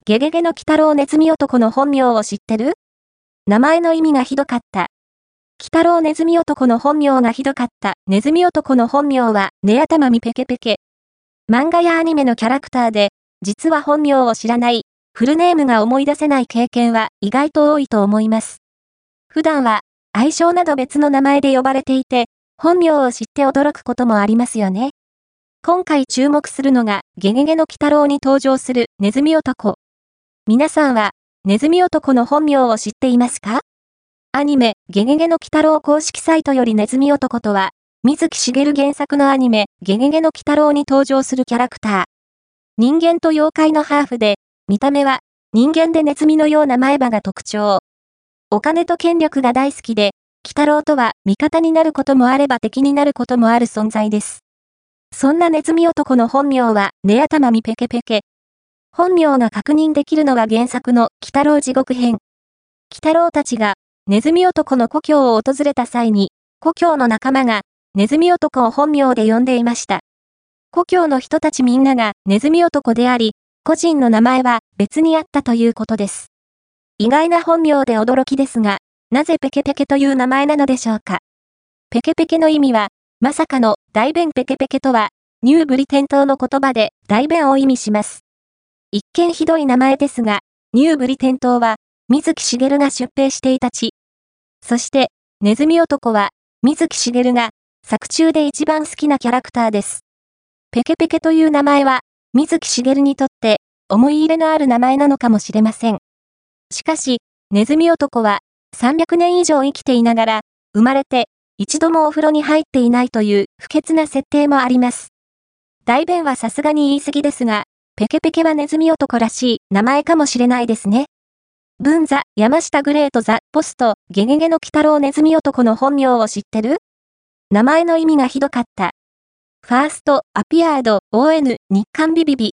ゲゲゲの鬼太郎ネズミ男の本名を知ってる？名前の意味がひどかった。鬼太郎ネズミ男の本名がひどかった。ネズミ男の本名は、ネアタマミペケペケ。漫画やアニメのキャラクターで、実は本名を知らない、フルネームが思い出せない経験は意外と多いと思います。普段は、愛称など別の名前で呼ばれていて、本名を知って驚くこともありますよね。今回注目するのが、ゲゲゲの鬼太郎に登場するネズミ男。皆さんは、ネズミ男の本名を知っていますか？アニメ、ゲゲゲの鬼太郎公式サイトよりネズミ男とは、水木しげる原作のアニメ、ゲゲゲの鬼太郎に登場するキャラクター。人間と妖怪のハーフで、見た目は、人間でネズミのような前歯が特徴。お金と権力が大好きで、鬼太郎とは味方になることもあれば敵になることもある存在です。そんなネズミ男の本名は、ネアタマミペケペケ。本名が確認できるのは原作の鬼太郎地獄編。鬼太郎たちが、ネズミ男の故郷を訪れた際に、故郷の仲間が、ネズミ男を本名で呼んでいました。故郷の人たちみんながネズミ男であり、個人の名前は別にあったということです。意外な本名で驚きですが、なぜペケペケという名前なのでしょうか。ペケペケの意味は、まさかの大便ペケペケとは、ニューブリテン島の言葉で大便を意味します。一見ひどい名前ですが、ニューブリテン島は、水木しげるが出兵していた地。そして、ネズミ男は、水木しげるが、作中で一番好きなキャラクターです。ペケペケという名前は、水木しげるにとって、思い入れのある名前なのかもしれません。しかし、ネズミ男は、300年以上生きていながら、生まれて、一度もお風呂に入っていないという不潔な設定もあります。大便はさすがに言い過ぎですが、ペケペケはネズミ男らしい名前かもしれないですね。文ザ・山下グレートザ・ポスト、ゲゲゲの鬼太郎ネズミ男の本名を知ってる？名前の意味がひどかった。ファースト、アピアード、ON、日刊ビビビ、